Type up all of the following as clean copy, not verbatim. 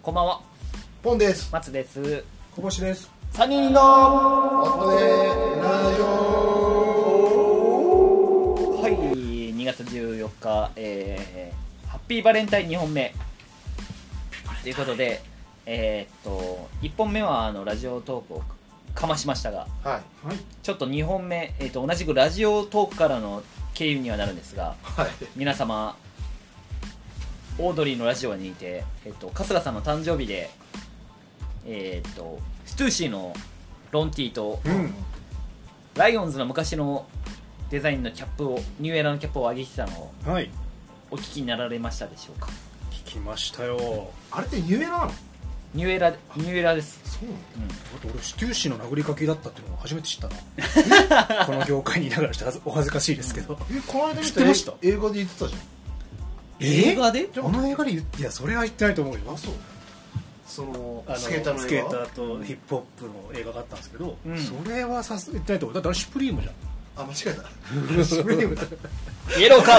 こんばんは。 ポンです。 松です。 小星です。 3人の音でラジオ。 はい、2月14日、ハッピーバレンタイン2本目ということで、1本目はラジオトークをかましましたが、 はい。 ちょっと2本目、同じくラジオトークからの経由にはなるんですが、 はい。 皆様オードリーのラジオにいて、春日さんの誕生日で、ストゥーシーのロンティーと、ライオンズの昔のデザインのキャップを、ニューエラのキャップを上げてたのをはい。 お聞きになられましたでしょうか。 聞きましたよ。 あれってニューエラなの？ ニューエラです。 そうなの？ あと俺シトゥーシーの殴りかけだったっていうのを初めて知ったな。この業界にいながらしてお恥ずかしいですけど。 この間見知ってました映画で言ってたじゃん。 映画で？ あの映画でいやそれは言ってないと思うよ。 あ、そう。そのススケーターの映画。 スケーターとヒップホップの映画があったんですけど、 うんそれはさすがに言ってないと思う。だってあれシュプリームじゃん。 あ、間違えた。シュプリームだ。 イエローカー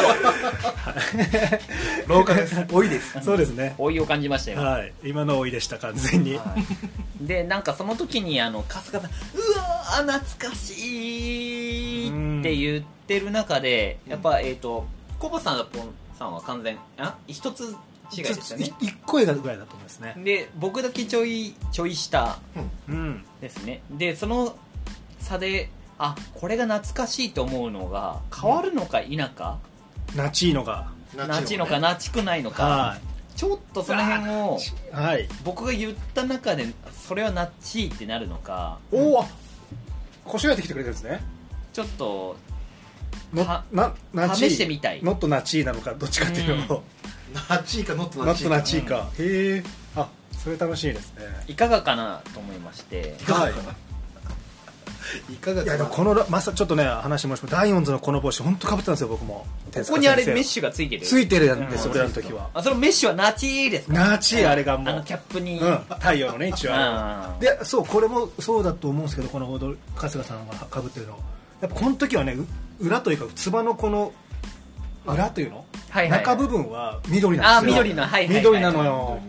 廊下です。多いです。 そうですね。 ド老いを感じましたよ。 はい。今の多いでした完全に。 はいで、なんかその時に春日さん、うわー懐かしいって言ってる中で、やっぱコボさんとポンさんは完全一つ違いですよね。 一個映画ぐらいだと思いますね。 で、僕だけちょい下うん。 ですね。で、その差で、これが懐かしいと思うのが変わるのか否か、 ナチーノが。 ナチのかナチくないのか、 はちょっとその辺をい。はい。 僕が言った中でそれはナチってなるのか、 おお。腰がやってきてくれてるんですね。 ちょっとナチー試してみたい。 ノットナチーなのかどっちかっていうのを、 ナチーかノットノットナチーか。 ナチーか、へえ、あ、それ楽しいですね。 いかがかなと思いまして、 はい。 いかがいやでもこのちょっとね話しましょう。ライオンズのこの帽子本当被ってたんですよ僕も。 ここにあれメッシシュがついてる。 ついてるんですよ、俺らの時は。 そのメッシュはナチですか？ ナチーあれがもうキャップに、 太陽のね一応で、そうこれもそうだと思うんですけど、このほど春日さんが被ってるのやっぱこの時はね、裏というかつばのこの裏というの、中部分は緑なんですよ。 緑の、 緑なのよ。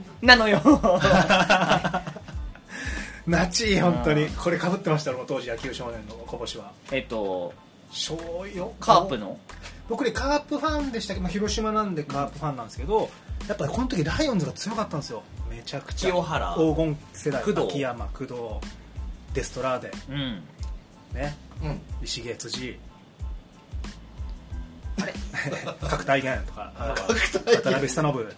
ナチー本当にこれ被ってましたよ、当時野球少年の小星は。小よカープの、 僕ねカープファンでしたけど、広島なんでカープファンなんですけど、やっぱりこの時ライオンズが強かったんですよ。めちゃくちゃ清原、 黄金世代、 工藤、 秋山、工藤、デストラーデ、ね、石毛辻、 あれ角田源とか、渡辺久信とか、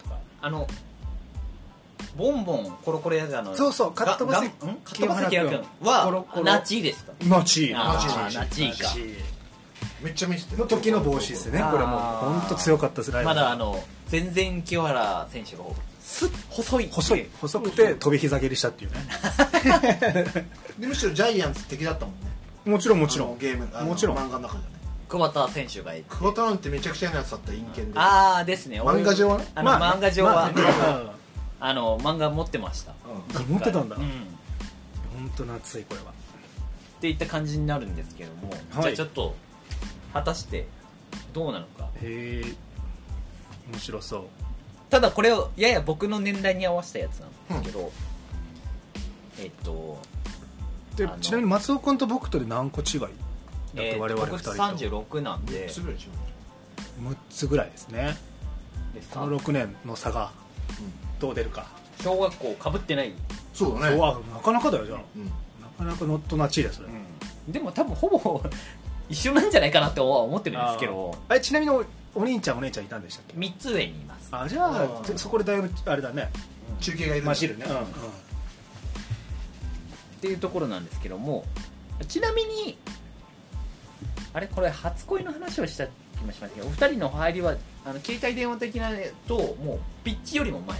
ボンボンコロコロやつそうそう、カットバス清原君はナチですか？ ナチナチか。 めっちゃ見せての時の帽子ですね。これも本当強かったです。 まだ全然清原選手が細くて飛び膝蹴りしたっていうね。 でむしろジャイアンツ敵だったもんね。 もちろんもちろんゲームもちろん漫画の中でね。 桑田選手がいて、 桑田なんてめちゃくちゃなやつだった、陰険で。 ですね。 漫画上はね、 漫画上は漫画持ってました。 持ってたんだ。本当夏いこれは。 っていった感じになるんですけども、じゃあちょっと果たしてどうなのか。 へえ、面白そう。 ただこれをやや僕の年代に合わせたやつなんですけど、 でちなみに松尾君と僕とで何個違いだって我々2人と。 僕36なんで 6 つぐらいですね。この6年の差がどう出るか。 小学校かぶってない。 そうだね。 なかなかだよ。じゃあなかなかノットナチーです。 でも多分ほぼ一緒なんじゃないかなって思ってるんですけど。 ちなみにお兄ちゃんお姉ちゃんいたんでしたっけ ？3つ上にいます。 じゃあそこでだいぶあれだね、 中継がいる混じるね。 っていうところなんですけども、ちなみにこれ初恋の話をした気もしましたけど、お二人の入りは携帯電話的なともうピッチよりも前。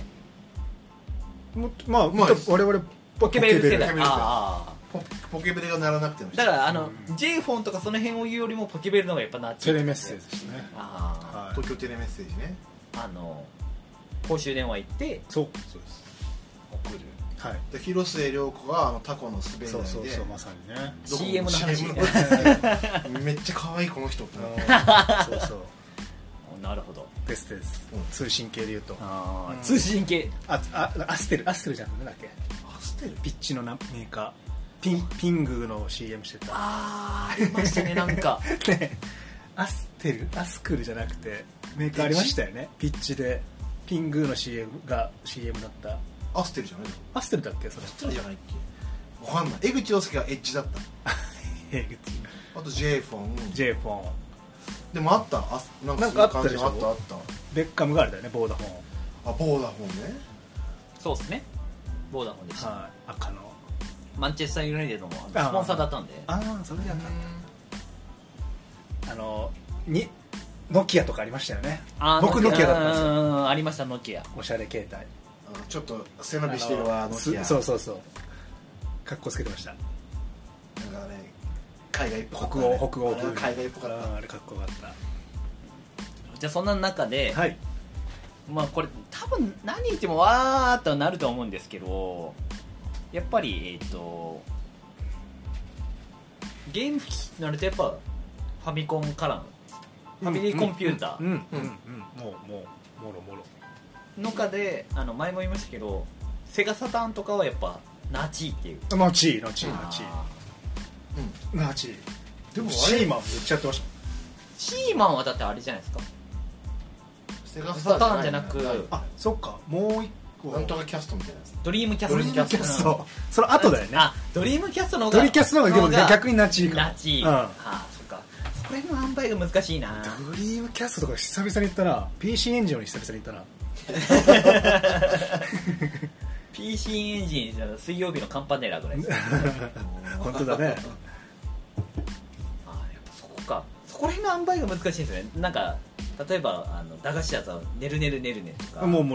我々 ポケベル世代。 ポケベルが鳴らなくても。 だからJ フォンとかその辺を言うよりもポケベルの方がやっぱナチテレメッセージですね。 東京テレメッセージね。 公衆電話行ってそうです。 送る。 で広末涼子がタコの滑り台で、 そうまさにね CM の話めっちゃ可愛いこの人って。 本なるほど。 ベストです、通信系でいうと。 通信系。 アステルじゃん、なんだっけ、 アステル、 ピッチのメーカー、ピングの CM してた。 ありましたね、なんかね、アスクルじゃなくてメーカーありましたよね、ピッチでピングの CM だった。 アステルじゃないの？ アステルだっけ、それ。 アステルじゃないっけ、わかんない。江口洋介がエッジだった江口、 あと J フォンでもあった、 なんかあったでしょ。 あったベッカムがあれだよね、ボーダフォン。 ボーダフォンね。 そうですね、ボーダフォンでした、 はい、赤のマンチェスターユナイテッドのスポンサーだったんで。 それでやったんだ。ノキアとかありましたよね。僕ノキアだったんですよ。 ありました、ノキア。 おしゃれ携帯、 ちょっと背伸びしてるわ、ノキア。 そうかっこつけてました。 なんかね、海外っぽかった、 北欧海外っぽかった。 あれかっこよかった。 じゃあそんな中で、 はい、 まあこれ多分何言ってもわーっとなると思うんですけど、やっぱりゲーム機になるとやっぱファミコンからのファミリーコンピューターもろのかで、前も言いましたけど、セガサターンとかはやっぱナチーっていう。 ナチーでもシーマンめっちゃやってました。 シーマンはだってあれじゃないですか、 セガサターンじゃなく、 そっか、もう一個なんとかキャストみたいなやつ、 ドリームキャスト。 その後だよね。 ドリームキャストの方が、 ドリームキャストの方がでも逆にナチーか。 ナチー、そっか、それの塩梅が難しいな。 ドリームキャストとか久々に言ったな。 PC エンジンより久々に言ったな。 PC エンジン水曜日のカンパネラぐらいです。 本当だね。 やっぱそこか、そこら辺の塩梅が難しいんですよね。なんか例えば駄菓子屋さんねるねるねるねとか、 もう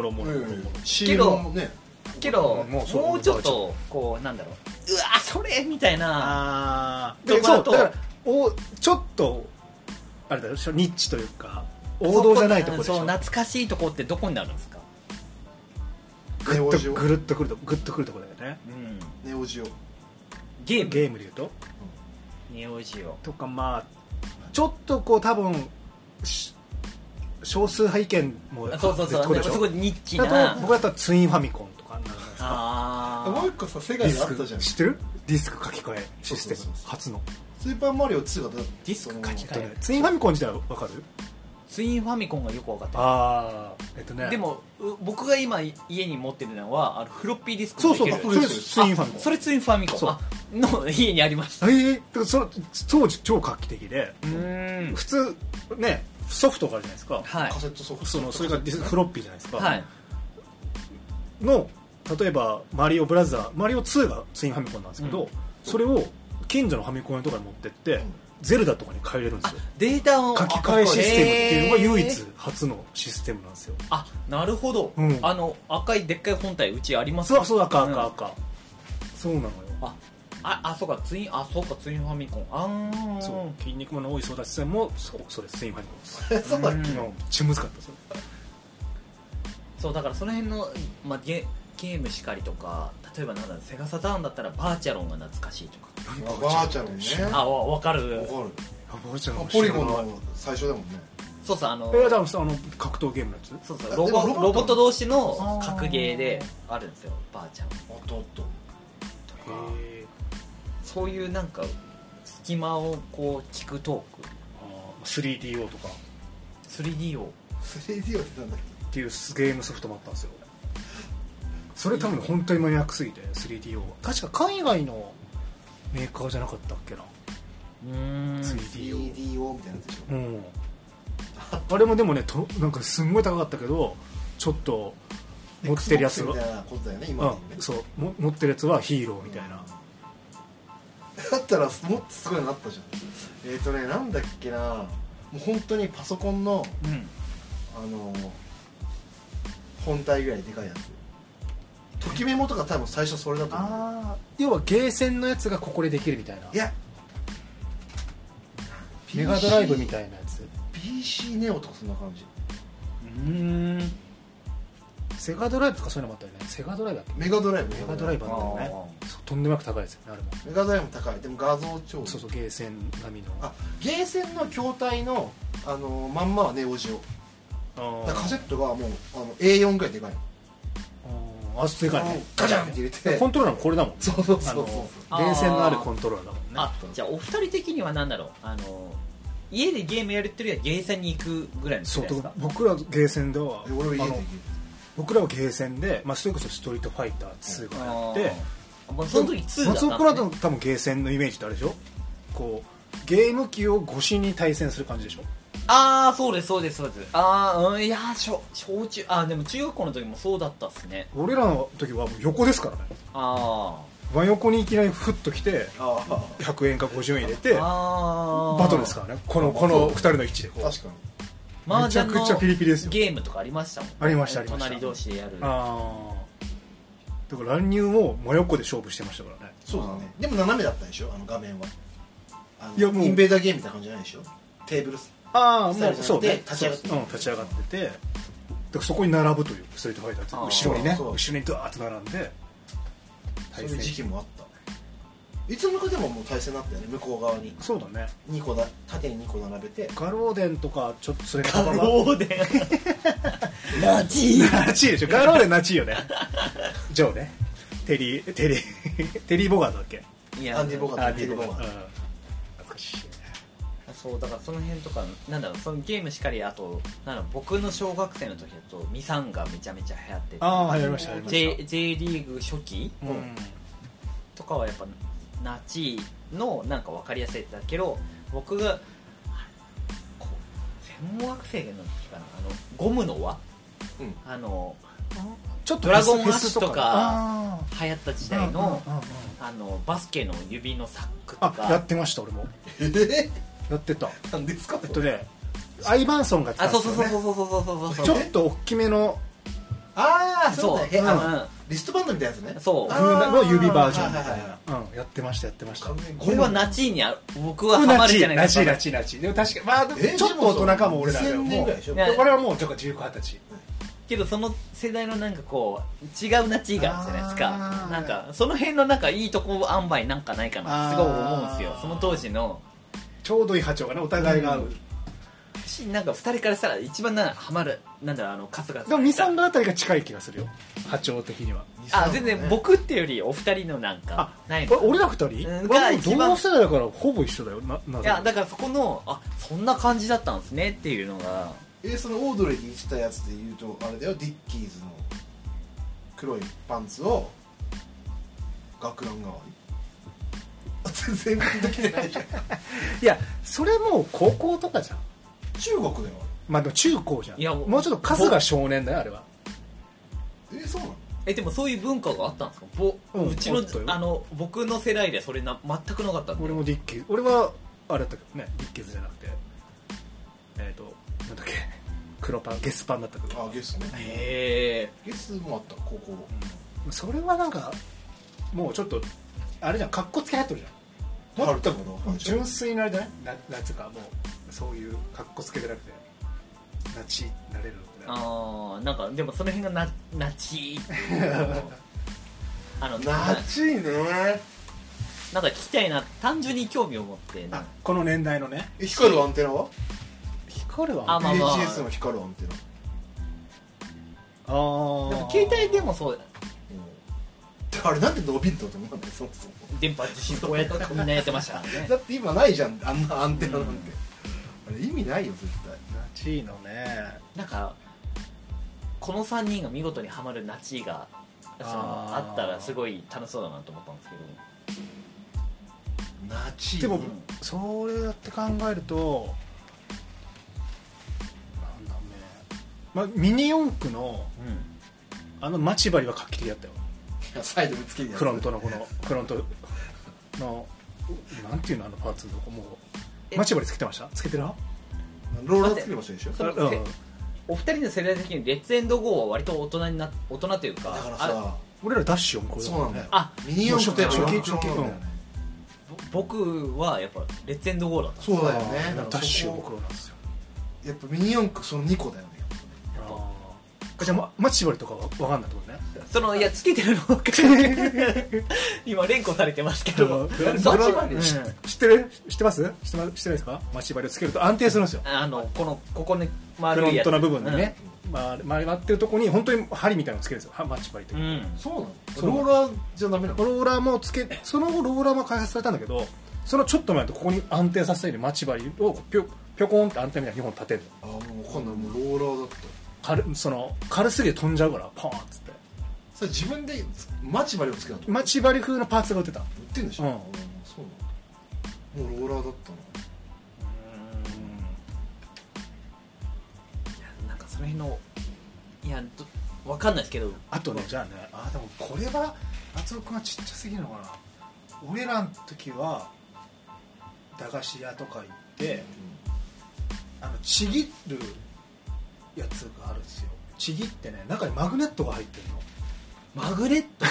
けどもうちょっとこうなんだろう、うわそれみたいなそうだからちょっとあれだろ、ニッチというか王道じゃないところでしょ。 そう懐かしいとこってどこになるんですか。 グッとくるところだよね。 ネオジオゲームで言うと、 ネオジオとか、まあちょっとこう多分少数派意見もそうすごいニッチな。 僕だったらツインファミコンとかになるんですか。もう一個さ、セガであったじゃん。 知ってる？ディスク書き換えシステム初のスーパーマリオ2がディスク書き換え。 ツインファミコン自体は分かる？ ツインファミコンがよく分かってる。でも僕が今家に持ってるのはフロッピーディスク。 そうそれツインファミコン。 それツインファミコンの家にありました。 当時超画期的で、普通ねソフトがあるじゃないですか。 カセットソフト。 それがフロッピーじゃないですか。の例えばマリオブラザー、マリオ2がツインファミコンなんですけど、それを近所のファミコン屋とかに持ってってゼルダとかに変えれるんですよ。 データを書き換えシステムっていうのが唯一初のシステムなんですよ。 なるほど。赤いでっかい本体うちあります。 そう赤そうなのよ。 そうかツインファミコン。 そう筋肉マンの多い争奪戦もそれツインファミコンです。 そうだっけ。 めっちゃ難かったですよ。 そうだからその辺のゲームしかりとか、例えばなんだセガサターンだったらバーチャロンが懐かしいとか。 バーチャロンね。 わかる。 ポリゴンの最初だもんね。 そうそう格闘ゲームのやつ。 そうロボット同士の格ゲーであるんですよ、バーチャロン。とかそういうなんか隙間をこう聞くトーク。 3DO とか。 3DO ってなんだっけっていうゲームソフトもあったんですよ。それ多分本当にマニアックすぎて 3DO 確か海外のメーカーじゃなかったっけな。 3DO みたいなやつでしょ。あれもでもねなんかすんごい高かったけど、ちょっと持ってるやつはそう持ってるやつはヒーローみたいな。 だったらもっとすごいのあったじゃん。なんだっけな、もう本当にパソコンの本体ぐらいでかいやつ。ときメモとか多分最初それだと思う。 要はゲーセンのやつがここでできるみたいな。 いやメガドライブみたいなやつ。 PC ネオとかそんな感じ。 セガドライブとかそういうのもあったよね。セガドライブだっけ。 メガドライブあったよね。とんでもなく高いですよね、あれも。 メガドライブも高い。でも画像超ゲーセン並みの。 ゲーセンの筐体のまんまはネオジオ。 だからカセットがもうA4 ぐらいでかいの。 あ、でかいね。 ガチャンって入れてコントローラーもこれだもん。 そうそうそう。 電線のあるコントローラーだもんね。 あ、じゃあお二人的には何だろう、家でゲームやるってるやゲーセンに行くぐらいのそうですか？ 僕らゲーセンでは僕らはゲーセンで、それこそストリートファイター2がやって、 その時2だったんですね。 松岡ら多分ゲーセンのイメージってあれでしょ、こうゲーム機を越しに対戦する感じでしょ。 ああ、そうですそうですそうです。いや小中、でも中学校の時もそうだったっすね。 俺らの時はもう横ですからね。真横にいきなりフッと来て100円か50円入れてバトルですからね。この2人の位置でこう。 確かにめちゃくちゃピリピリですよ。 ゲームとかありましたもん。 ありましたありました。 隣同士でやる。 だから乱入も真横で勝負してましたからね。 そうだね。でも斜めだったでしょ、画面は。 いやもうインベーダーゲームみたいな感じじゃないでしょ。テーブルもうそうね、 立ち上がって立ち上がってて、だからそこに並ぶというストリートファイターって後ろにね、後ろにドワーッと並んでそういう時期もあった。いつの中でももう対戦になったよね、向こう側に。そうだね。2個だ、縦に2個並べて。 ガローデンとかちょっとそれガローデンナチーでしょ。ガローデンナチーよね。ジョーね。テリー・ボガードだっけ。 アンディ・ボガード。テリー・ボガード。 そうだからその辺とかなんだろう、そのゲームしかり、あと僕の小学生の時だとミサンがめちゃめちゃ流行ってて、 流行りました J リーグ初期、とかはやっぱナチのなんか分かりやすいだけど、僕が専門学生の時かな、ゴムの輪、 ちょっとドラゴンアッシュとか流行った時代のバスケの指のサックとかやってました。俺もやってた。 何ですか？ アイバンソンが来たんですよね。 そうちょっと大きめのそうだね。リストバンドみたいなやつね。 そうの指バージョンみたいな。やってましたやってました。 これはナチーに僕はハマるじゃないですか。 ナチーでも確かにちょっと大人かも。俺らでも俺はもう19、20歳けど、その世代のなんかこう違うナチがあるじゃないですか。なんかその辺のなんかいいとこ塩梅なんかないかなすごい思うんですよ。その当時のちょうどいい波長がね、お互いが合う。 なんか2人からしたら一番ハマる、なんだろう、春日さん。 でもミサンガあたりが近い気がするよ、波長的には。 全然僕っていうよりお二人のなんかないの。 俺ら2人が一番同世代だからほぼ一緒だよ。 いやだからそこのそんな感じだったんですねっていうのが。 そのオードレーに言ってたやつで言うとあれだよ、ディッキーズの黒いパンツを学ラン代わり。全然できてないじゃん。 いやそれもう高校とかじゃん。 中国だよ。 中高じゃん。 いやもうちょっと春日少年だよあれは。 そうなの？ でもそういう文化があったんですか？うちの僕の世代でそれ全くなかったんで。 俺もディッキーズ、俺はあれだったけどね、ディッキーズじゃなくてなんだっけ、黒パン、ゲスパンだったけど。 ゲスね。ゲスもあった、高校。 それはなんかもうちょっとあれじゃん、カッコつけ入ってるじゃん。もっと純粋なあれじゃない？なんつうかもうそういうカッコつけてなくてナチになれるの。 なんかでもその辺がナチナチね。 なんか聞きたいな、単純に興味を持って。 この年代のね。 光るアンテナは？ 光るアンテナ。 VHS の光るアンテナ。 でも携帯でもそうだ。 あれなんで伸びると思うんだよ、そもそも。 電波受信こうやってみんなやってましたからね。 だって今ないじゃん、あんなアンテナなんて。あれ意味ないよ絶対。 ナチーのね、 なんかこの3人が見事にハマるナチがあったらすごい楽しそうだなと思ったんですけど。 ナチでもそれやって考えるとなんだろうね、ミニ四駆の待ち針は画期的だったよ。 サイドにつけるやつ。 フロントのなんていうの、パーツのとこもう待ち針つけてました？つけてるな。 ローラーつけてましたでしょ。 お二人の世代的にレッツエンドゴーは割と大人というか。 だからさ、 俺らダッシュ4個そうなんだよ。ミニ四駆って初期だよね。 僕はやっぱレッツエンドゴーだった。 そうだよね。 ダッシュ4個なんですよ。 やっぱミニ四駆その2個だよね。 じゃあ待ち縛りとかは分かんないってことね。 そのいやつけてるの今連呼されてますけど、 知ってます？知ってないですか？待ち縛りをつけると安定するんですよ。 ここにフ丸いやつロントの部分にね、回ってるとこに本当に針みたいなのつけるんですよ、待ち針って。 そうなの？ローラーじゃダメなの？ ローラーもつけ、その後ローラーも開発されたんだけど、そのちょっと前だとここに安定させる待ち針をぴょこんって安定みたいな2本立てるの。 もう分かんない、もうローラーだった。 軽すぎて飛んじゃうからポーンっつって。 それ自分で待ち針をつけたの？ 待ち針風のパーツが売ってた。 売ってんでしょ。そうなの？もうローラーだったの。 なんかその辺のわかんないですけど、 あとね、じゃあね、でもこれは松尾君はちっちゃすぎるのかな。俺らの時は駄菓子屋とか行って、ちぎるやつがあるんですよ。ちぎってね、中にマグネットが入ってるの。 マグネット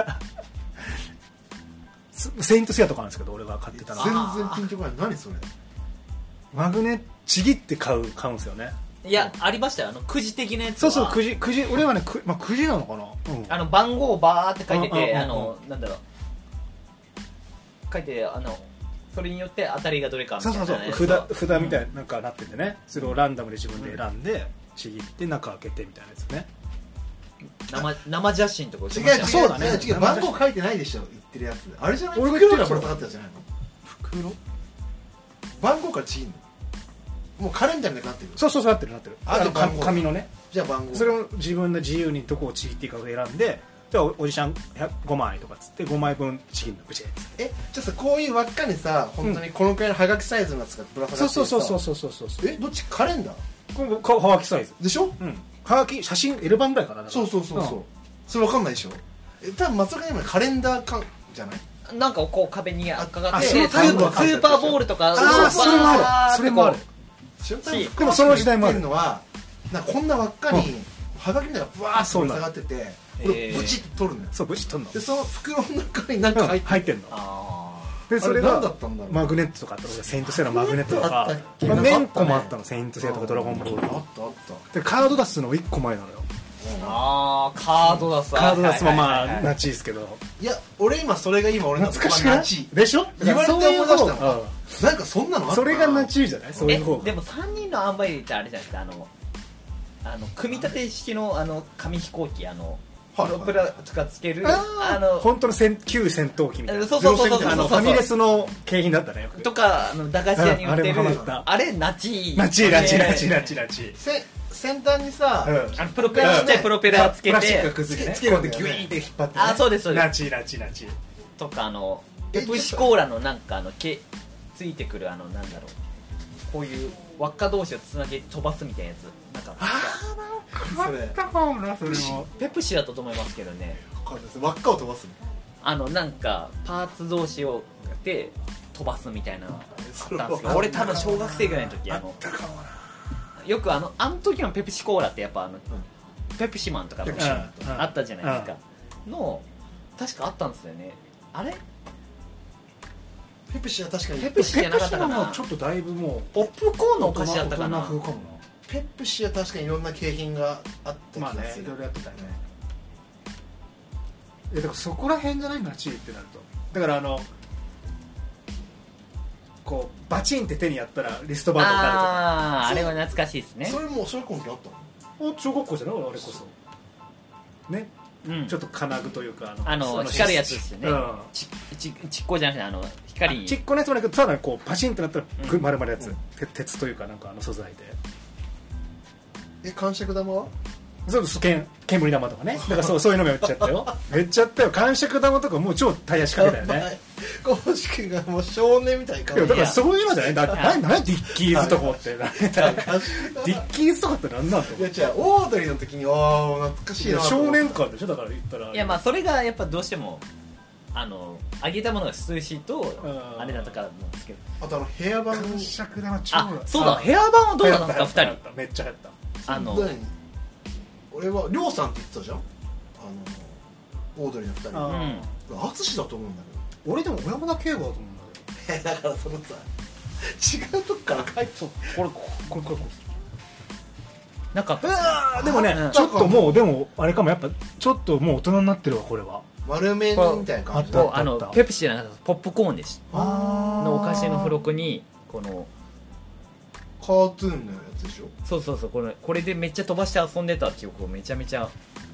セイントセイヤとかなんですけど、俺が買ってたの。 全然ピンとこない。何それ？ マグネちぎって買うんですよね。 いや、ありましたよ、くじ的なやつは。そうくじ俺はね、くじなのかな、 番号をバーって書いてて、なんだろう、書いてそれによって当たりがどれかみたいな、 札みたいななんかなっててね、それをランダムで自分で選んでちぎって中開けてみたいなやつね。 生写真とか違うそうだね。違う、番号書いてないでしょ、言ってるやつ。あれじゃない？ 俺が言ってる袋がぶら下がったやつじゃないの？ 袋？ 番号からちぎんの？もうカレンダーみたいになってる。 そうなってる。紙のね。 じゃあ番号。 それを自分で自由にどこをちぎっていいかを選んで、じゃあおじちゃん5枚とかっつって5枚分ちぎるの。ブチッ。 じゃあさ、こういう輪っかにさ、本当にこのくらいのハガキサイズのやつがぶら下がってるさ。 そう。 どっち？カレンダー？ はがきサイズでしょ？ はがき写真 L 版ぐらいかな。 そう。それ分かんないでしょ？多分松岡今カレンダー感じゃない？ なんかこう壁にかかってスーパーボールとか、 それもある。でもその時代もあるのは、こんな輪っかにハガキみたいなのがブワーッとぶら下がってて、これブチッと取るのよ。 そう、ブチッと取るの。 でその袋の中に何か入ってんの。 でそれが何だったんだろう。 マグネットとかあった。セイントセイヤのマグネットとかメンコもあったの。セイントセイヤとかドラゴンボール。 あったでカードダスの1個前なのよ。 カードダスもナチですけど、 いや俺今それが今俺の懐かしくないでしょ。 言われて思い出したの。なんかそんなのあった。 それがナチじゃない？そういう方が。 でも3人の塩梅ってあれじゃないですか、組み立て式の紙飛行機プロペラとかつける本当の旧戦闘機みたいな。 そうファミレスの景品だったね。 とか駄菓子屋に売ってるあれナチ先端にさプロペラしてプロペラつけてプラスチックがくずにね、ギュイーンって引っ張ってね。 そうですナチとかペプシコーラのなんかついてくるなんだろう、こういう輪っか同士をつなげて飛ばすみたいなやつ、なんかそれそれもペプシだったと思いますけどね。 輪っかを飛ばすのなんかパーツ同士をで飛ばすみたいなのがあったんですけど、俺多分小学生ぐらいの時あったかもな。 よくあの時のペプシコーラってやっぱペプシマンとかあったじゃないですか、の確かあったんですよね。あれペプシは確かにペプシじゃなかったかな。 ちょっとだいぶもうポップコーンのお菓子だったかな。 大人風かもな。 ペプシは確かにいろんな景品があった気がする。 いろいろやってたよね。だからそこら辺じゃないナチってなると、だからこうバチンって手にやったらリストバンドになるとか。 あれは懐かしいですね。 それも小学校の時あったの？小学校じゃない？あれこそね、ちょっと金具というか光るやつですよね。ちっこじゃなくて光ちっこのやつもないけど、ただこうパチンってなったら丸々やつ、鉄というかなんか素材で。 感触玉は？ そうです。煙玉とかね。だからそういうのもやっちゃったよ。めっちゃったよ。感触玉とかもう超タイヤ仕掛けたよね。 公式がもう少年みたいな感じ。 だからそういうのじゃない。何ディッキーズとかってディッキーズとかって何なんと。 いや違う、オードリーの時に懐かしいな。 少年感でしょ。だから言ったら。 いやそれがやっぱどうしてもあげたものが涼しいとあれだったからなんですけど。 あとヘアバン感触玉超。 そうだ、ヘアバンはどうだったんですか2人。 めっちゃ流行った。 俺はりょうさんって言ってたじゃん、オードリーの2人。淳だと思うんだけど。俺でも小山田圭吾だと思うんだけど。だからそのさ違うとこから書いて。 これなかったでもね、ちょっともうでもあれかも、やっぱちょっともう大人になってるわこれは。 丸麺みたいな感じで、 ペプシじゃなかったポップコーンでしたのお菓子の付録にこのカートゥーンのやつでしょ。 そうこれでめっちゃ飛ばして遊んでた記憶をめちゃめちゃ、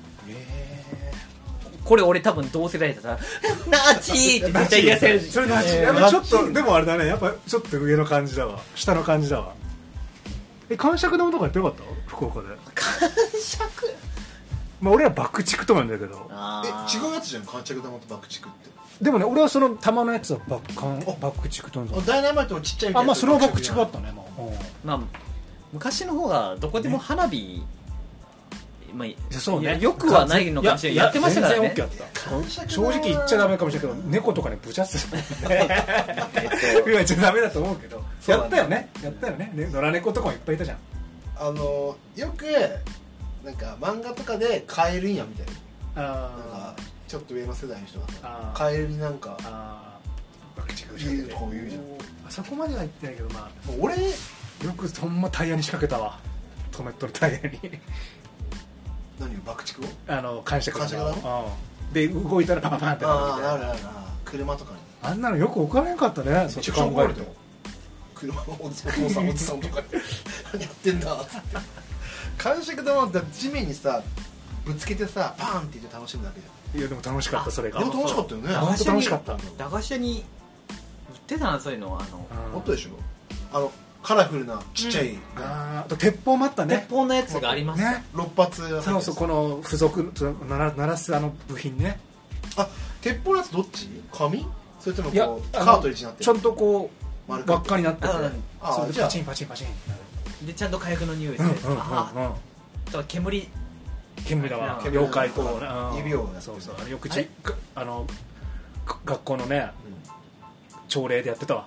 これ俺多分同世代だったらナーチーって絶対言わせる。 それナーチー、やっぱちょっとでもあれだね、やっぱちょっと上の感じだわ、下の感じだわ。感触玉とかやってよかった？福岡で感触、 まあ俺は爆竹とかなんだけど。 違うやつじゃん、感触玉と爆竹って。 でもね、俺はその玉のやつは爆竹とんだ。 ダイナマイトのちっちゃいみたいな。 まあそれは爆竹だったね。 まあ昔の方がどこでも花火、まあそうね、よくはないのかもしれない。やってましたからね。 正直言っちゃダメかもしれないけど、猫とかねブチャってたもんね。言っちゃダメだと思うけど、やったよね。野良猫とかもいっぱいいたじゃん。 よくなんか漫画とかでカエルにはみたいな、なんかちょっと上の世代の人がカエルになんか爆竹言うとか言うじゃん。 あそこまでは言ってないけど、まあもう俺よくそんなタイヤに仕掛けたわ、止めとるタイヤに。 何を爆竹を感触で動いたらパパパンってなるみたいな。 ある車とかにあんなのよく置かなかったね。そっち考えると車のお父さんおじさんとか何やってんだっつって。感触玉って地面にさぶつけてさパーンって言って楽しむだけじゃん。 いやでも楽しかった。それがでも楽しかったよね。 本当楽しかった。 駄菓子屋に売ってたな、そういうの。 本当でしょ。カラフルなちっちゃい、 あと鉄砲もあったね。 鉄砲のやつがありましたね。 6発。 そうこの付属鳴らす部品ね。 鉄砲のやつどっち？紙？それともこうカートリッジになってる？ ちゃんとこう輪っかになってて、それでパチンパチンパチンでちゃんと火薬の匂いする。煙だわ。妖怪と指をそうよく学校のね朝礼でやってたわ。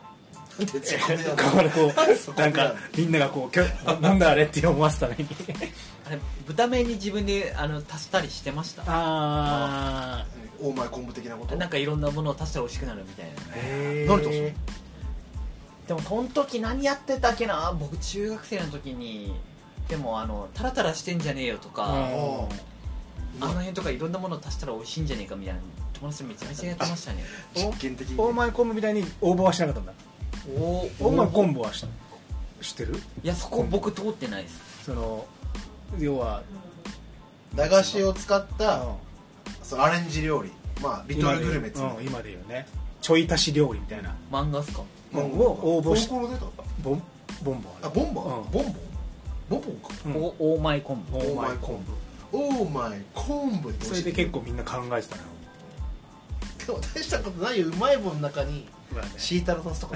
なんかみんながこうなんだあれって思わせためにあれ豚麺に自分で足したりしてました。 オーマイ昆布的なこと。 なんかいろんなものを足したら美味しくなるみたいな。 何とする？ でもその時何やってたっけな。僕中学生の時にでもタラタラしてんじゃねえよとか、あの辺とかいろんなものを足したら美味しいんじゃねえかみたいな友達めちゃめちゃやってましたね。 実験的に。 オーマイ昆布みたいに応募はしなかったんだ。オーマイ昆布は知ってる？ いやそこ僕通ってないです。 要は駄菓子を使ったアレンジ料理、まあリトルグルメって今で言うね、ちょい足し料理みたいな漫画っすか？ を応募して。 ボンボンボンか。 オーマイ昆布。 オーマイ昆布。 それで結構みんな考えてたの。 でも大したことないよ。うまい棒の中にシータルソースとか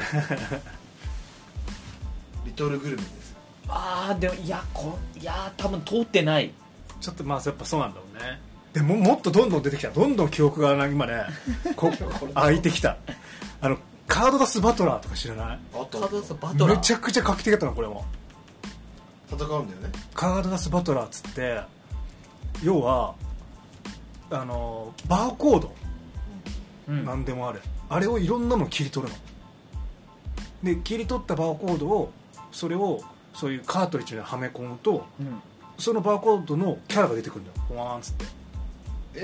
リトルグルメです。 でもいや多分通ってない。 ちょっとまあやっぱそうなんだろうね。でももっとどんどん出てきた。どんどん記憶が今ね開いてきた。カードダスバトラーとか知らない？ カードダスバトラーめちゃくちゃ画期的だったの。これも戦うんだよね。 カードダスバトラーっつって要はバーコード、なんでもあれをいろんなの切り取るので、切り取ったバーコードをそういうカートリッジにはめ込むと、そのバーコードのキャラが出てくるんだよ。ワーンっつって。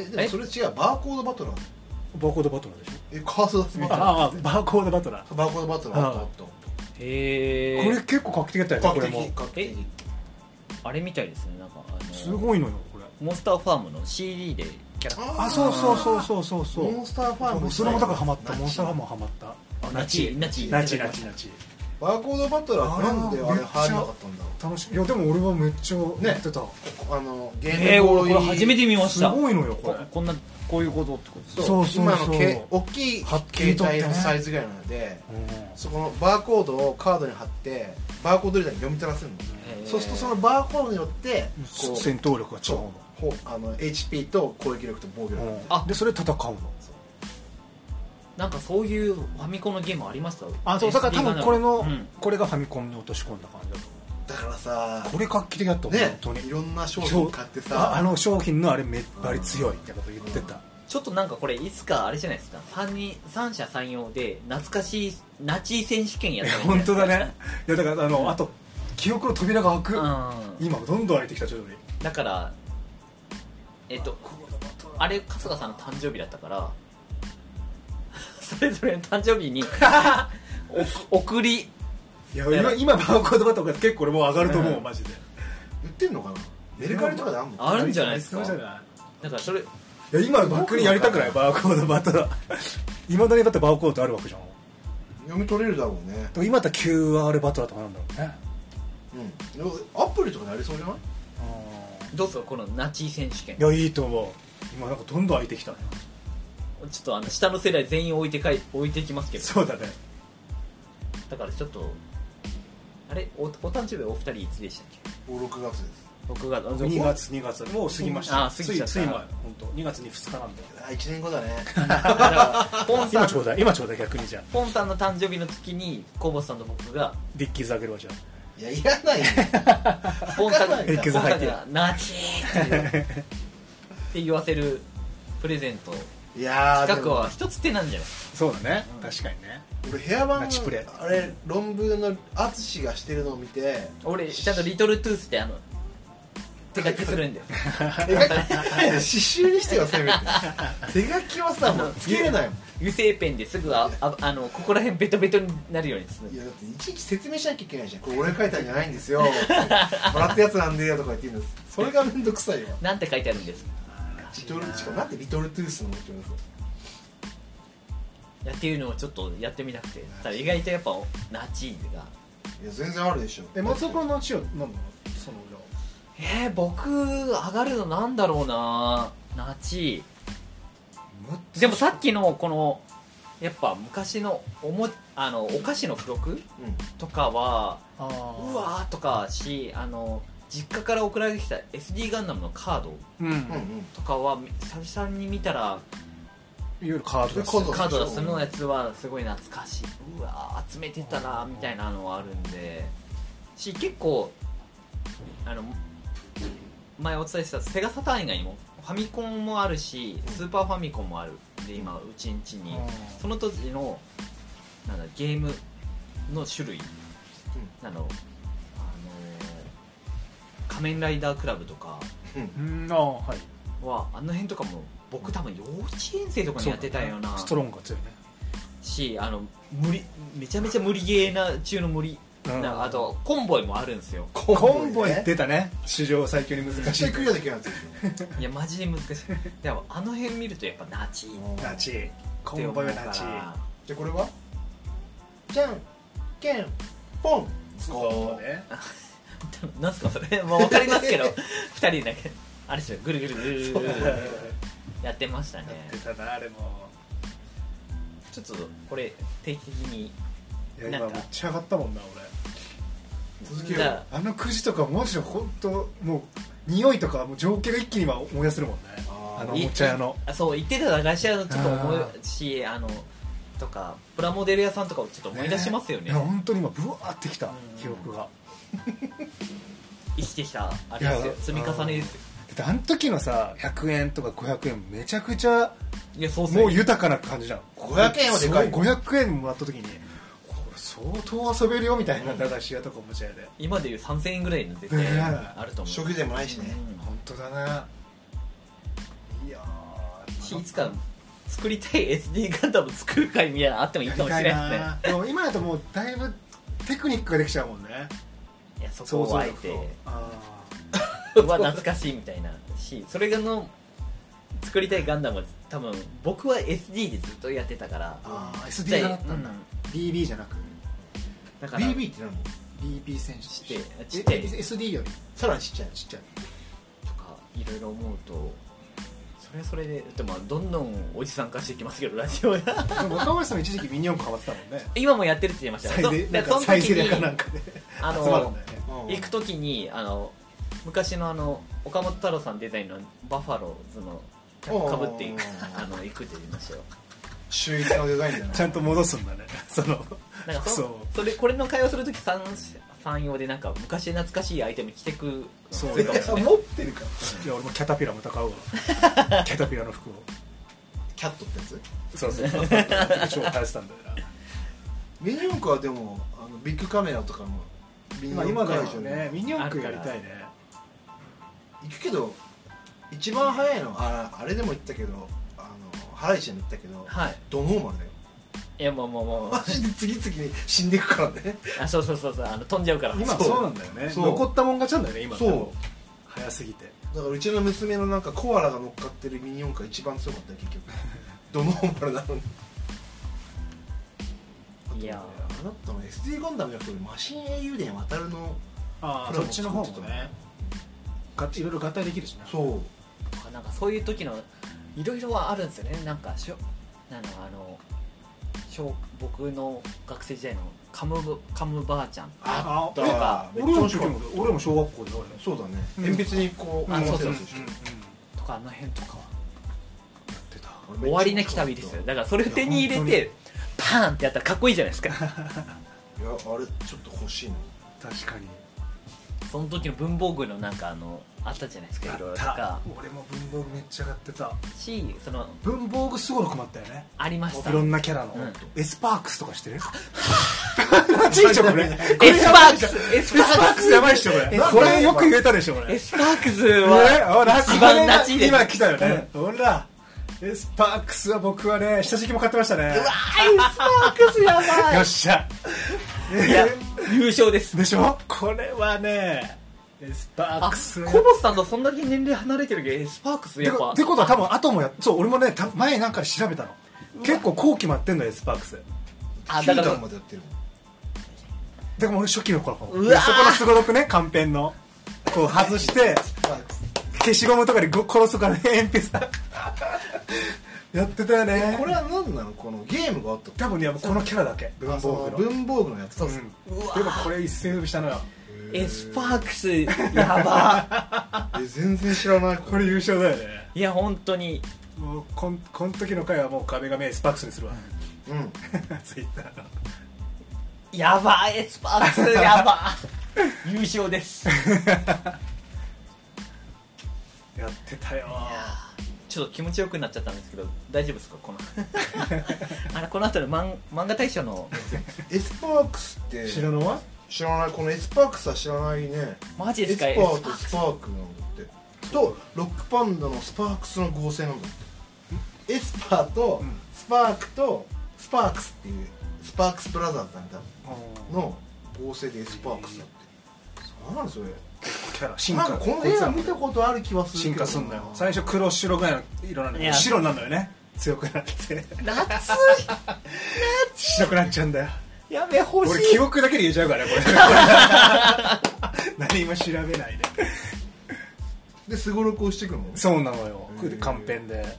でもそれ違う。バーコードバトラー。 バーコードバトラーでしょ。 カードダスバトラー。 バーコードバトラー。 バーコードバトラー。あった。 へえ。 これ結構画期的だったよね。これもあれみたいですね。なんかすごいのよこれ。 モンスターファームの CD でキャラ。 そうモンスターファーム。 それもだからハマった。モンスターファームもハマった。 ナチバーコードバトラーなんであれ入らなかったんだろう。 楽しい。いやでも俺はめっちゃやってた。 ゲームボーイ。 これ初めて見ました。 すごいのよこれ。 こういうことってことです。 そう今の大きい携帯のサイズぐらいなので、そこのバーコードをカードに貼ってバーコードリーダーに読み取らせるの。そうするとそのバーコードによって戦闘力が違うの。HP と攻撃力と防御力でそれ戦うの。 なんかそういうファミコンのゲームありました？ そうだから多分これがファミコンに落とし込んだ感じだと思う。 だからさ、 これ画期的だった本当に。 いろんな商品買ってさ、 商品のあれめっぱり強いってこと言ってた。 ちょっとなんかこれいつかあれじゃないですか、三者三様で懐かしいナチ選手権やったらいいんじゃないですか。 本当だね。いやだからあと記憶の扉が開く、 うん、 今どんどん開いてきた徐々に。 だからあれ春日さんの誕生日だったからそれぞれの誕生日に送り、 いや今バーコードバトル結構俺もう上がると思う、マジで。 売ってんのかな、メルカリとかであんの？ あるんじゃないですか。 そうじゃない。 だからそれ、いや今逆にやりたくない、バーコードバトル。今だにだってバーコードあるわけじゃん。 読み取れるだろうね。 今だったら QR バトルとかなんだろうね。 うん、アプリとかでありそうじゃない？ どうぞこのナチ選手権。 いやいいと思う。今なんかどんどん開いてきたね。 ちょっと下の世代全員置いてきますけど。 そうだね。 だからちょっとあれ お誕生日お二人いつでしたっけ 6月です。 6月 2月もう過ぎました。 過ぎちゃった。 つい前本当2月に2日なんで。 1年後だね。 ポンさん今ちょうだい逆にじゃあ。 ポンさんの誕生日の時にコボさんと僕がディッキーズあげるわじゃあ。 いやいらないよ。 ポンさんがディッキーズ入ってる。 ナチーって言わせるプレゼント。 いや企画は一つ手なんじゃない？ そうだね、確かにね。 俺ヘアバンのあれ論文の淳がしてるのを見て、 俺ちゃんとリトルトゥースって手書きするんだよ。 刺繍にしてよせめて。手書きはさもうつけれないもん。 油性ペンですぐここら辺ベトベトになるようにする。 いやだっていちいち説明しなきゃいけないじゃん。これ俺が書いたんじゃないんですよ。もらったやつなんでよとか言ってるんです。それがめんどくさいわ。 なんて書いてあるんですか？ しかもなんでリトルトゥースの持ってるんですか？ っていうのをちょっとやってみなくて、ただ意外とやっぱナチーズが。 いや全然あるでしょ。 松岡のナチは何なの？その裏僕上がるのなんだろうな。ナチーでもさっきのこのやっぱ昔のお菓子の付録、とかはうわーとか実家から送られてきた SD ガンダムのカードとかは久々に見たら、 いわゆるカードだそのやつはすごい懐かしい。うわー集めてたなみたいなのはあるんで結構前お伝えしたセガサターン以外にもファミコンもあるしスーパーファミコンもあるで今うちんちにその当時のゲームの種類、仮面ライダークラブとかはあの辺とかも僕多分幼稚園生とかにやってたような。 ストロングが強いねしめちゃめちゃ無理ゲーな中の無理、あとコンボイもあるんですよ。 コンボイ出たね。史上最強に難しい。 クリアできないんですよ。 いやマジで難しい。でもあの辺見るとやっぱナチコンボイはナチ。 じゃこれはじゃんけんポン。 そうね。 なんすかそれ。もう分かりますけど2人だけあれですよぐるぐるぐるぐるやってましたね。 やってたなあれも。 ちょっとこれ定期的に今めっちゃ上がったもんな俺。 続けよう。 あのくじとかマジで本当もう匂いとかもう情景が一気に今思い出せるもんね。おもちゃ屋のそう言ってた駄菓子屋のちょっと思うしとかプラモデル屋さんとかをちょっと思い出しますよね。 いや本当に今ブワーってきた記憶が。 生きてきたあれですよ。積み重ねですよ。 あの時のさ100円とか500円めちゃくちゃそうもう豊かな感じじゃん。 500円はでかい。 500円もらった時にこれ相当遊べるよみたいな駄菓子屋とかおもちゃ屋で今でいう3000円ぐらいの絶対あると思う。 食費でもないしね。 本当だね。いやいつか作りたい SD ガンダム作る会みたいなのあってもいいかもしれないですね。 でも今だともうだいぶテクニックができちゃうもんね。 いやそこをあえては懐かしいみたいなし、それが作りたいガンダムは多分僕は SD でずっとやってたから。 SD だったんだ。BB じゃなくだから BB って何？ BB 戦士ちっちゃい SD よりさらにちっちゃいとかいろいろ思うとそれでどんどんおじさん化していきますけどラジオが。 若林さんも一時期ミニ四駆ハマってたもんね。 今もやってるって言いましたよ。 サイゼリヤかなんかで行く時に昔の岡本太郎さんデザインのバファローズのかぶって行くって言いましたよ。 秀逸なデザインだね。 ちゃんと戻すんだね。 これの会話する時3用でなんか昔懐かしいアイテム着てく。 そう持ってるか。 いや俺もキャタピラまた買うわ。キャタピラの服を。 キャットってやつ？ そう超流行ってたんだよな。 ミニ四駆はでもビッグカメラとかも今だよね。ミニ四駆やりたいね。 行くけど一番早いのあれでも言ったけどハライチでも言ったけど、 はい、 ドノーマルだよ。 いやもうマジで次々に死んでいくからね。 そう飛んじゃうから。 今そうなんだよね。残ったもん勝ちなんだよね今。そう早すぎて。 だからうちの娘のなんかコアラが乗っかってるミニ四駆が一番強かったよ結局。ドノーマルなのに。いやあなたの SD ガンダムじゃなくてマシン英雄伝渡るのそっちの方もねいろいろ合体できるしね。 そうなんかそういう時のいろいろはあるんですよね。なんか僕の学生時代のカムばあちゃんとか、 俺も小学校でそうだね、鉛筆にこうそうとかあの辺とかはやってた。終わりなき旅ですよ。だからそれを手に入れてパーンってやったらかっこいいじゃないですか。いやあれちょっと欲しいな。 確かにその時の文房具のなんかあったじゃないですか。いろいろとか俺も文房具めっちゃ買ってたし、その文房具すごろくもあったよね。 ありました。 いろんなキャラのエスパークスとかしてる？ちいちゃんこれエスパークスやばいっしょこれ。これよく言えたでしょこれ。 エスパークスは一番ナチで今来たよね。ほらエスパークスは僕はね下敷きも買ってましたね。うわエスパークスやばい。 よっしゃいや優勝ですでしょ。これはねエスパークス。 コボスさんとそんだけ年齢離れてるけどエスパークスやっぱってことは多分後もそう俺もね前なんかで調べたの。結構後期もやってんのエスパークス。 だからまでやってるもん。 だから俺初期の頃そこのすごろくねカンペンのこう外して消しゴムとかで殺すとかね鉛筆やってたよね。 これは何なのこのゲームがあった。 多分ねこのキャラだけ文房具のやつ。でもこれ一世風靡したのよ。 エスパークスやば全然知らない。 これ優勝だよね。 いや本当にもうこの時の回はもう壁紙エスパークスにするわ。ツイッターのやばエスパークスやば優勝ですやってたよ。 ちょっと気持ちよくなっちゃったんですけど大丈夫ですかこの後の漫画大賞のエスパークスって知らない？ 知らない。このエスパークスは知らないね。 マジですか。 エスパーとスパークなんだってとロックパンダのスパークスの合成なんだって。エスパーとスパークとスパークスっていうスパークスブラザーズなんだの合成でエスパークスだって。何それキャラ進化。 なんかこの絵は見たことある気はするけど進化すんだよ。最初黒白ぐらいの色なんだけど白なんだよね。強くなって夏白くなっちゃうんだよ。 やべ欲しい。 俺記憶だけで言えちゃうからこれ何も調べないですごろくをしていくの。 そうなのよ。でカンペンで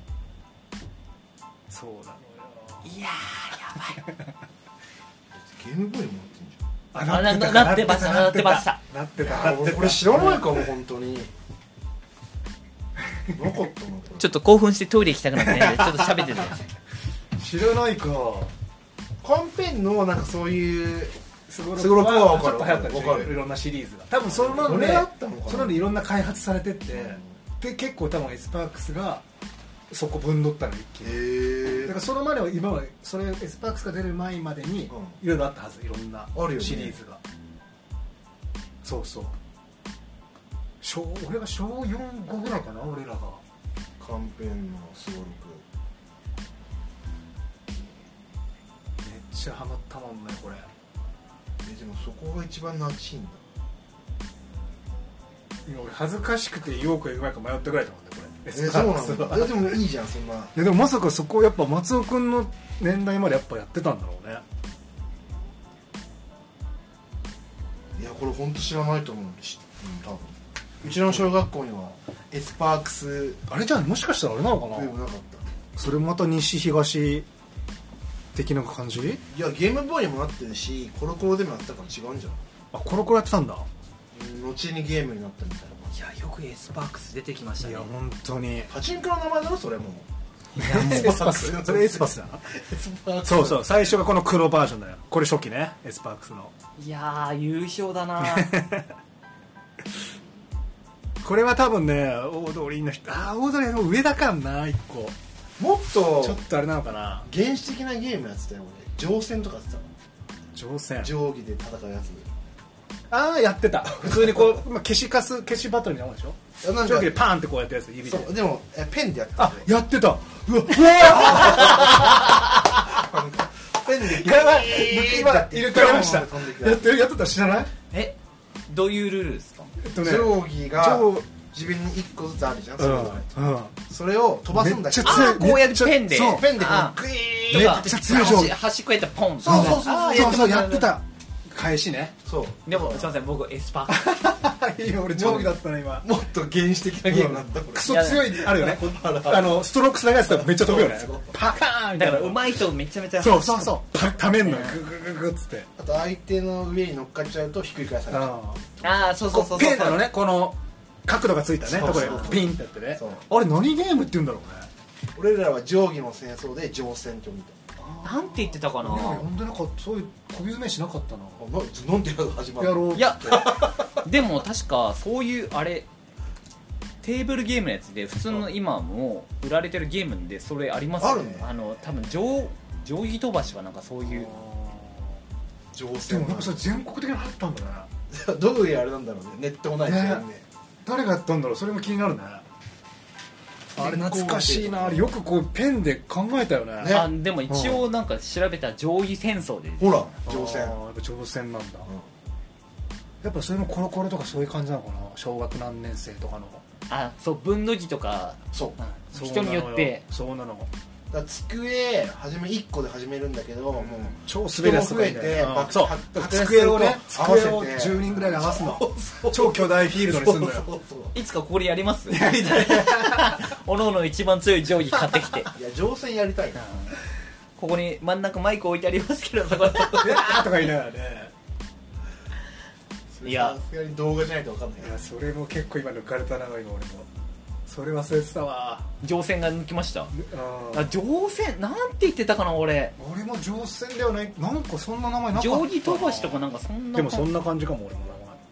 そうなのよ。 いやーやばいゲームボーイもなってましたなってた。 俺これ知らないかも本当になかったの。 ちょっと興奮してトイレ行きたくなってねちょっと喋ってて知らないか。 カンペンのなんかそういうすごろくはちょっと流行ったりいろんなシリーズが多分そのでいろんな開発されてってで結構多分エスパークスがそこぶんどったの一気に。だからその前は今はそれエスパークスが出る前までにいろいろあったはず。いろんなシリーズがそうそう。俺が小4、5ぐらいかな俺らが。 カンペンのすごろくめっちゃハマったもんねこれ。 でもそこが一番ナチいんだ。 今俺恥ずかしくて言おうか言わないか迷ったぐらいだもんねこれ。 そうなんだ。でもいいじゃんそんな。 でもまさかそこやっぱ松尾くんの年代までやっぱやってたんだろうね。 いやこれ本当知らないと思うし、多分うちの小学校にはエスパークスあれじゃあもしかしたらあれなのかな。 なかった。 それまた西東的な感じ。 いやゲームボーイにもなってるしコロコロでもやったから違うんじゃん。 あコロコロやってたんだ。 後にゲームになったみたいな。 いやよくエスパークス出てきましたね。 いや本当にパチンコの名前だろそれも。 いやもうエスパークスそれエスパークスだな。そうそう最初がこの黒バージョンだよ。これ初期ねエスパークスの。 いやー優勝だなこれは多分ねオードリーの人オードリーの上だからな1個。 もっとちょっとあれなのかな。 原始的なゲームやってたよ俺。乗船とかやってたの。 乗船定規で戦うやつ。 ああやってた普通にこう、消しバトルみたいなもんでしょ。 なんか定規でパーンってこうやったやつ指で。 そうでもペンでやってた。 あやってた。うわペンでやばい今入れ替えました。やってた知らない？ どういうルールですか？ 定規が自分に1個ずつあるじゃん。それを飛ばすんだけど、 こうやってペンでグイーンめっちゃ強い定規。 端っこやったらポン。 そうやってた。返しね。 そうでもすいません僕エスパいや俺定規だったな今。 もっと原始的なゲームだった。 クソ強いあるよね。ストロークス長いやつとめっちゃ飛ぶよね。パカーンだから上手い人めちゃめちゃそうためんのよググググっつって。 あと相手の上に乗っかっちゃうとひっくり返される。 そうペンなのね、この角度がついたねところでピンってやってね。あれ何ゲームって言うんだろうね。俺らは定規の戦争で定戦って呼んでた。 なんて言ってたかな。 呼んでなかった。そういう固有名詞なかったな。 なんで始まるの。 いやでも確かそういうあれテーブルゲームのやつで普通の今も売られてるゲームでそれありますよね。多分定規飛ばしはなんかそういう定戦。 でもやっぱそれ全国的にあったんだね。 どういうあれなんだろうね。ネットもないしね。 誰がやったんだろう。それも気になるね。あれ懐かしいな。よくこうペンで考えたよね。 でも一応なんか調べたら定規戦争で、 ほら定戦。 やっぱ定戦なんだ。やっぱそれもコロコロとかそういう感じなのかな。小学何年生とかの。 そう分度器とか人によってそうなの。 だ机初め1個で始めるんだけど、もう超滑りやすくて、机を10人ぐらいで合わすの。超巨大フィールドにするのよ。 いつかここでやります？やりたい。おのおの一番強い定規買ってきて。いや定戦やりたいな。 ここに真ん中マイク置いてありますけど、そこでとか言いながらね。 いやさすがに動画じゃないと分かんない。 いやそれも結構今抜かれたな今俺も。それ忘れてたわ。 定戦が抜きました。定戦なんて言ってたかな俺も定戦ではない。なんかそんな名前なかった。 定規飛ばしとかなんかそんな。 でもそんな感じかも俺も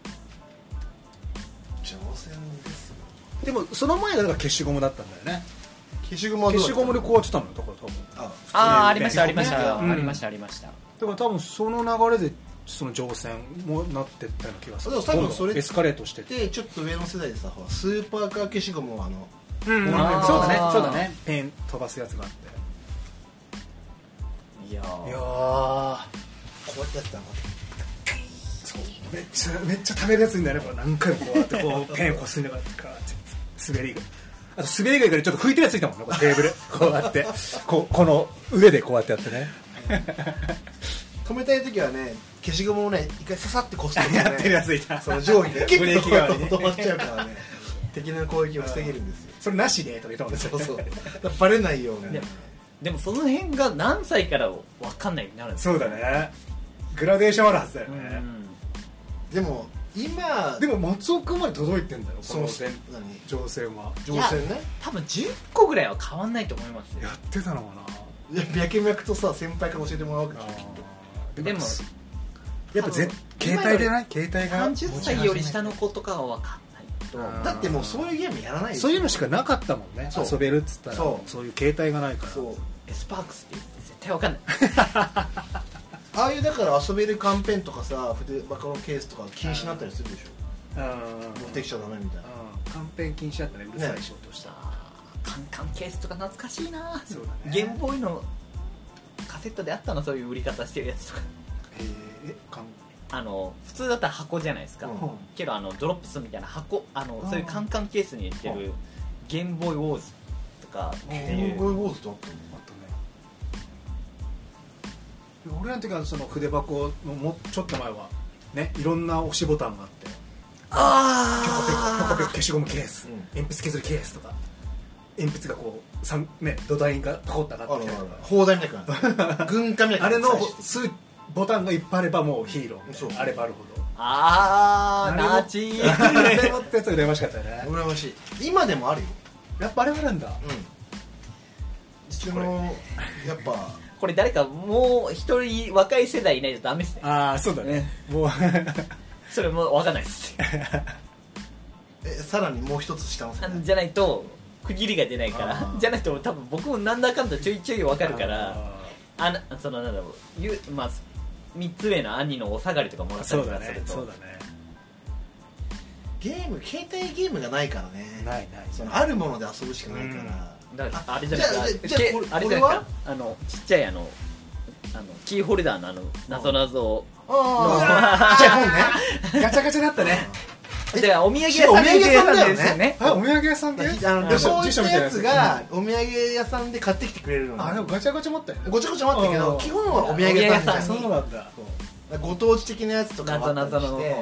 定戦ですよ。 でもその前がだから消しゴムだったんだよね。 消しゴムでこうやってたのよ。だから多分ありましたありました。だから多分その流れでその定戦もなってったような気がする。 多分それエスカレートしてて、 ちょっと上の世代でさ、スーパーカー消しゴムをそうだねペン飛ばすやつがあって。いやこうやってやったの。 そうめっちゃ食べるやついんだよね。これ何回もこうやってこうペンこすりながら滑りが。あと滑りがいからちょっと拭いてるやついたもんね。テーブルこうやってこの上でこうやってやってね。 止めたい時はね、消しゴムをね一回刺さってこすってやってるやついた。 その定規でブレーキ側に止まっちゃうからね。敵の攻撃を防げるんですよ。 それなしでとか言ったもんね。 そうバレないように。 でもその辺が何歳から分かんないようになるんですよ。そうだね。グラデーションあるはずだよね。 でも今でも松尾君まで届いてんだよ。この定戦は。 定戦ね。 多分10個ぐらいは変わんないと思いますよ。 やってたのかな。脈々とさ先輩から教えてもらうわけでしょきっと。 でもやっぱ携帯でない。携帯が 30歳より下の子とかは分かんないと。 だってもうそういうゲームやらないよ。 そういうのしかなかったもんね。遊べるっつったらそういう携帯がないから。 エスパークスって絶対分かんない。 ああいうだから遊べるカンペンとかさ筆箱のケースとか禁止になったりするでしょ。持ってきちゃダメみたいな。 カンペン禁止だったらうるさい仕事した。 カンケースとか懐かしいな。 そうだね。 ゲームボーイのカセットであったのそういう売り方してるやつとか。普通だったら箱じゃないですか。けどドロップスみたいな箱そういうカンカンケースに入れてるゲームボーイウォーズとかっていう。 ゲームボーイウォーズとあったの。 俺らの時はその筆箱のもうちょっと前はねいろんな押しボタンがあって、ピョコピョコ消しゴムケース、鉛筆削るケースとか鉛筆がこう土台がポコッと上がってきたりとか砲台みたいな軍艦みたいなあれのボタンがいっぱいあればもうヒーローあればあるほど。 ナチーあれ持ったやつ羨ましかったよね。 羨ましい。今でもあるよ。 やっぱあれはなんだ。 一応やっぱこれ誰かもう一人若い世代いないとダメですね。 そうだね。もうそれもう分かんないですさらにもう一つ下の世代じゃないと区切りが出ないからじゃないと多分僕もなんだかんだちょいちょい分かるからそのなんだろう3つ上の兄のお下がりとかもらったりとかするとそうだね。 携帯ゲームがないからね。 ないそのあるもので遊ぶしかないから、 だからあれじゃないですか、 じゃああれじゃないですか、ちっちゃいキーホルダーのなぞなぞをじゃあ本ねガチャガチャだったね。 でお土産屋さんですよね。 お土産屋さんで旅行行ったやつがお土産屋さんで買ってきてくれるのね。 あ、でもガチャガチャ持ったよね。 ごちゃごちゃ持ったけど基本はお土産屋さんに。 そうなんだ。 ご当地的なやつとかもあったりして、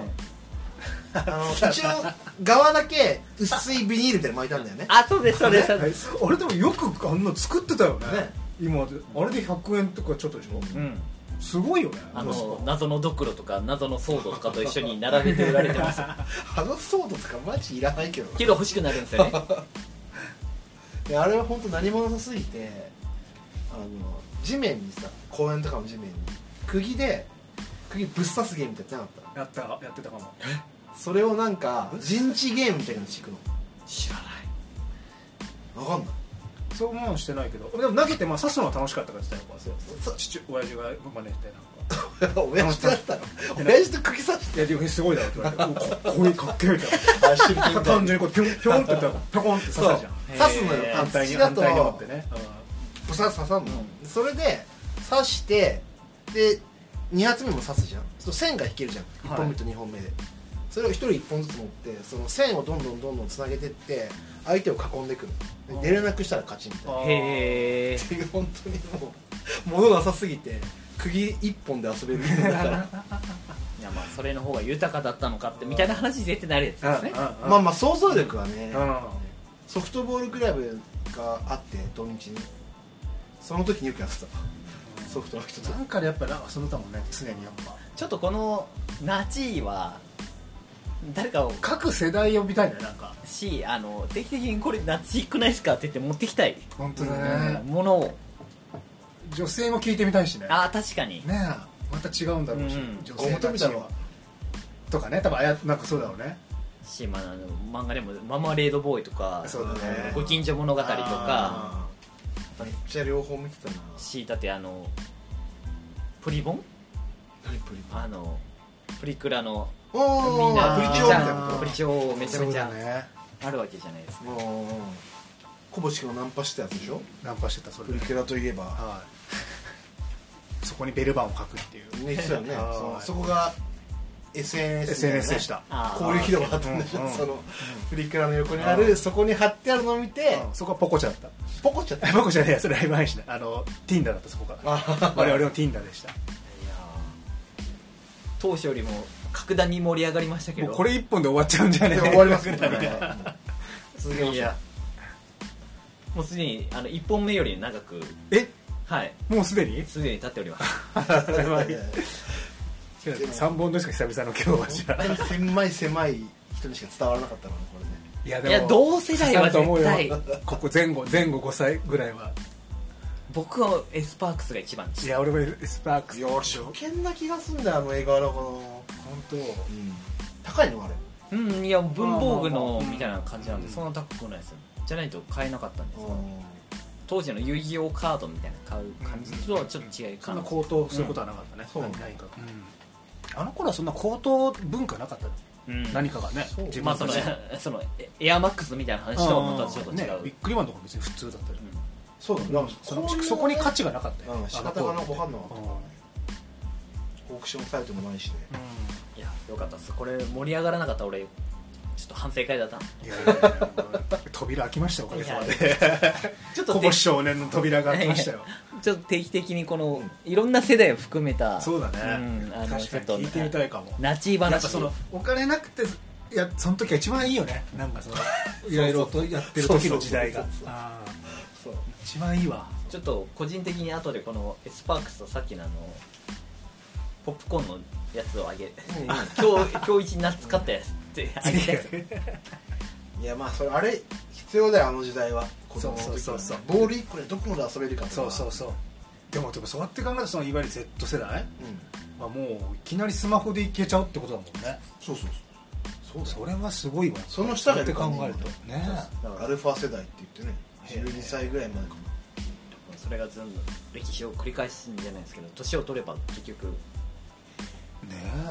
一応側だけ薄いビニールみたいなの巻いたんだよね。 あ、そうですそうです。 俺でもよくあんな作ってたよね。今であれで100円とかちょっとでしょ。すごいよね。 謎のドクロとか謎のソードとかと一緒に並べて売られてます。 ソードとかマジいらないけど欲しくなるんですよね。 あれは本当何もなさすぎて、地面にさ、公園とかの地面に釘ぶっ刺すゲームってやってなかった？ やってたかも。 それをなんか陣地ゲームみたいなのしていくの。知らない。分かんない。 そう思うしてないけど、でも投げて刺すのは楽しかったから言ってたよ。親父が真似してなんか親父だったの？親父と釘刺して。 いやすごいだろって言われて、こういうかっけえみたいな。単純にこうピョンってピョコンって刺さるじゃん。 刺すのよ。 反対に持ってね。 刺さんの。それで刺してで2発目も刺すじゃん。そう線が引けるじゃん。1本目と2本目で。それを1人1本ずつ持ってその線をどんどんつなげてって相手を囲んでいくの。出れなくしたら勝ちみたいな。 へえ。 本当にもう物なさすぎて釘1本で遊べるみたいな。いやまあそれの方が豊かだったのかってみたいな話絶対なるやつですね。 まあ想像力はね。ソフトボールクラブがあって土日にその時によくやってた。ソフトの人となんかでやっぱ遊んでたもんね、常にやっぱ。 ちょっとこのナチーは誰かを各世代呼びたいね、なんか定期的にこれナチーくないですかって言って持ってきたい。 本当だね。 ものを女性も聞いてみたいしね。 ああ確かにねえ、また違うんだろうし、 女性求めたのはとかね、多分なんかそうだろうね。 漫画でもママレードボーイとか、 そうだね、 ご近所物語とかめっちゃ両方見てたな。 だってプリボン？ 何プリボン？ プリクラのみんなプリチョウみたいなプリチョウめちゃめちゃねあるわけじゃないですか。 小星君がナンパしてたやつでしょ。 ナンパしてた。それプリクラといえば、 はい、そこにベルバンを書くっていうね、言ってたよね。そこが SNS でした。 交流広場だったんでしょ。そのプリクラの横にあるそこに貼ってあるのを見て、 そこはポコチャだった。 ポコチャ？ ポコチャでそれライブ配信だ。Tinder だった。そこが我々の Tinder でした。 当初よりも格段に盛り上がりましたけど、 これ一本で終わっちゃうんじゃねえ。 終わりますね。続けましょう。 もうすでに1本目より長く、はい、 もうすでに経っております。 3本でしか久々の今日はじゃあ狭い人にしか伝わらなかったのね、これね。 いや同世代は絶対ここ前後5歳ぐらいは。 僕はエスパークスが一番。 いや俺もエスパークス。 いや初見な気がすんだよ、映画のこの本当、高いのあれ。 いや文房具のみたいな感じなんでそんな高くないですよ。じゃないと買えなかったんですよ。当時の遊戯王カードみたいな買う感じとはちょっと違いかな。 そんな高騰することはなかったね。そうなんかあの頃はそんな高騰文化なかったの。何かがね。 まあそのエアマックスみたいな話とはまたちょっと違う。 ビックリマンとか別に普通だったり。 そうだ。 そこに価値がなかったよ。 仕方がなく分かんなかった。オークションサイトもないしね。 いやよかったです。これ盛り上がらなかった俺ちょっと反省会だった。 いや扉開きましたよ、おかげさまで。ちょっとこぼし少年の扉が開きましたよ。 ちょっと定期的にこのいろんな世代を含めた。 そうだね。確かに聞いてみたいかも。 ナチー話。 やっぱそのお金なくてその時が一番いいよね。なんかそのいろいろとやってる時の時代が。一番いいわ。 ちょっと個人的に後でこのエスパークスとさっきのポップコーンのやつをあげ今日一夏使ったやつってあげて。 いやまあそれあれ必要だよ、あの時代は。 そうボール1個でどこまで遊べるかとか。 そうでもそうやって考えるとそのいわゆる Z 世代はもういきなりスマホでいけちゃうってことだもんね。それはすごいわ。 その下がって考えるとね。 アルファ世代って言ってね、12歳ぐらい前かな。 それが全部歴史を繰り返すんじゃないですけど、年を取れば結局ね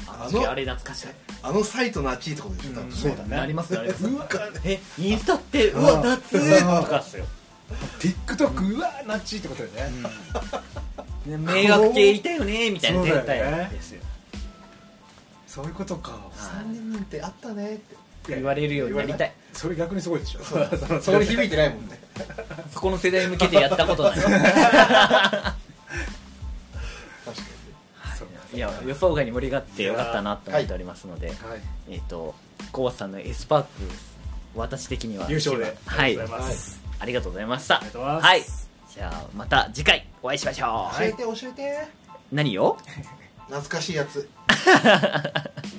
あの時あれ懐かしい。 あのサイトのあっちってことでしょ、多分。 そうだね。 なりますなります。インスタってうわ夏とかっすよ。 TikTok うわナッチってことよね。 迷惑系いたよねみたいな絶対ですよ。 そういうことか。 3年なんてあったねって言われるようになりたい。 それ逆にすごいでしょ。 そこに響いてないもんね。 そこの世代に向けてやったことない。 確かいや予想外に盛り上がってよかったなと思っておりますので、コバさんのエスパーク私的には優勝ではい、ありがとうございました。はい、じゃあまた次回お会いしましょう。 教えて教えて。 何を？ 懐かしいやつ。